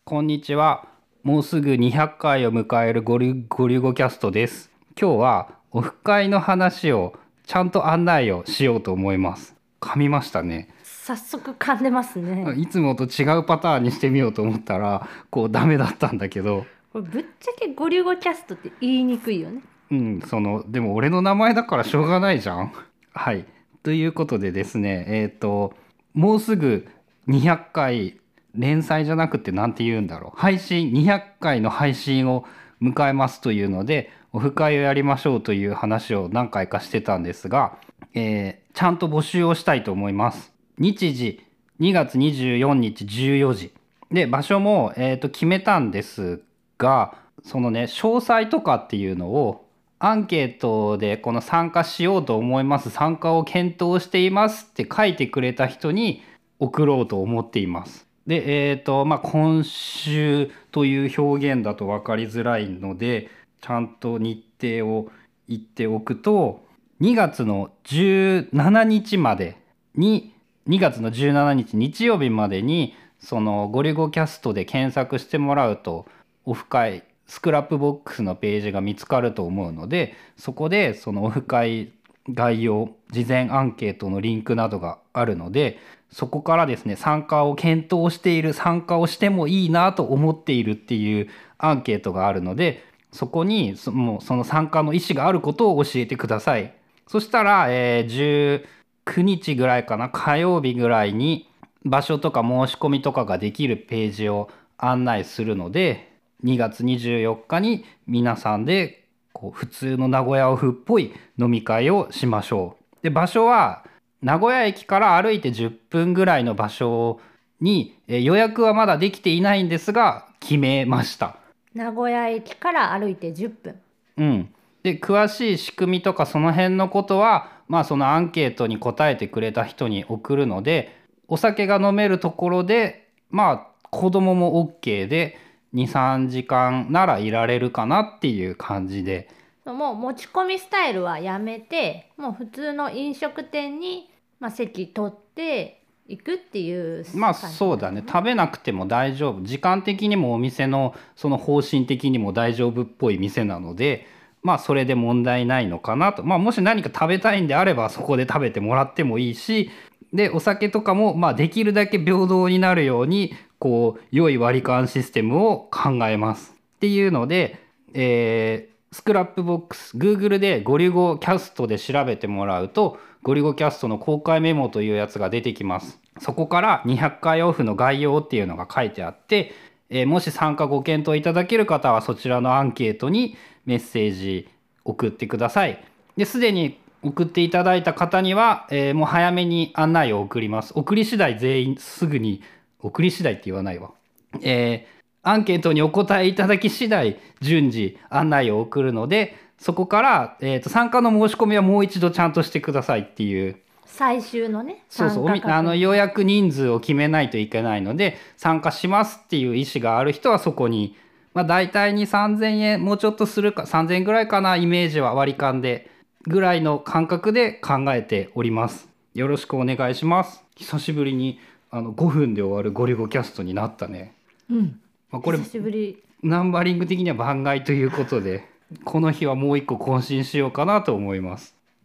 こんにちは。もうすぐ200回を迎えるゴリゴキャストです。今日はオフ会の話をちゃんと案内をしようと思います。噛みましたね。 早速噛んでますね。 いつもと違うパターンにしてみようと思ったらダメだったんだけど、 これぶっちゃけゴリゴキャストって言いにくいよね。 でも俺の名前だからしょうがないじゃん。はい。ということでですね、もうすぐ200回連載じゃなくてなんて言うんだろう。配信、200回の配信を迎えますというので、オフ会をやりましょうという話を何回かしてたんですが、ちゃんと募集をしたいと思います。日時、2月24日14時。で、場所も、決めたんですが、そのね、詳細とかっていうのをアンケートでこの参加しようと思います、参加を検討していますって書いてくれた人に送ろうと思っています。で、今週という表現だと分かりづらいので、ちゃんと日程を言っておくと、2月の17日までに、2月の17日日曜日までに、そのゴリゴキャストで検索してもらうと、オフ会スクラップボックスのページが見つかると思うので、そこでそのオフ会概要、事前アンケートのリンクなどがあるので、そこからですね、参加を検討している、参加をしてもいいなと思っているっていうアンケートがあるので、そこにもうその参加の意思があることを教えてください。そしたら、19日ぐらいかな、火曜日ぐらいに場所とか申し込みとかができるページを案内するので、2月24日に皆さんで普通の名古屋オフっぽい飲み会をしましょう。で、場所は名古屋駅から歩いて10分ぐらいの場所に、予約はまだできていないんですが決めました。 名古屋駅から歩いて10分。 うん。で、詳しい仕組みとかその辺のことは、そのアンケートに答えてくれた人に送るので、お酒が飲めるところで、子供も OK で、2、3時間ならいられるかなっていう感じで。 もう持ち込みスタイルはやめて、もう普通の飲食店に、席取っていくっていう感じそうだね。食べなくても大丈夫。時間的にもお店のその方針的にも大丈夫っぽい店なので、それで問題ないのかなと。もし何か食べたいんであればそこで食べてもらってもいいし、で、お酒とかもできるだけ平等になるように、良い割り勘システムを考えます。っていうので、スクラップボックス、Google でゴリゴキャストで調べてもらうと、ゴリゴキャストの公開メモというやつが出てきます。そこから200回オフの概要っていうのが書いてあって、もし参加ご検討いただける方はそちらのアンケートにメッセージ送ってください。で、すでに送っていただいた方には、もう早めに案内を送ります。送り次第全員すぐに、送り次第って言わないわ。アンケートにお答えいただき次第順次案内を送るので、そこから、参加の申し込みはもう一度ちゃんとしてくださいっていう。 最終のね、 そうそう、予約人数を決めないといけないので、参加しますっていう意思がある人はそこに、大体に3000円、もうちょっとするか、3000円ぐらいかな、イメージは割り勘で、ぐらいの感覚で考えております。よろしくお願いします。久しぶりに5分で終わるゴリゴキャストになったね。 うん。 これ久しぶり。 ナンバリング的には番外ということで、この日はもう一個更新しようかなと思います。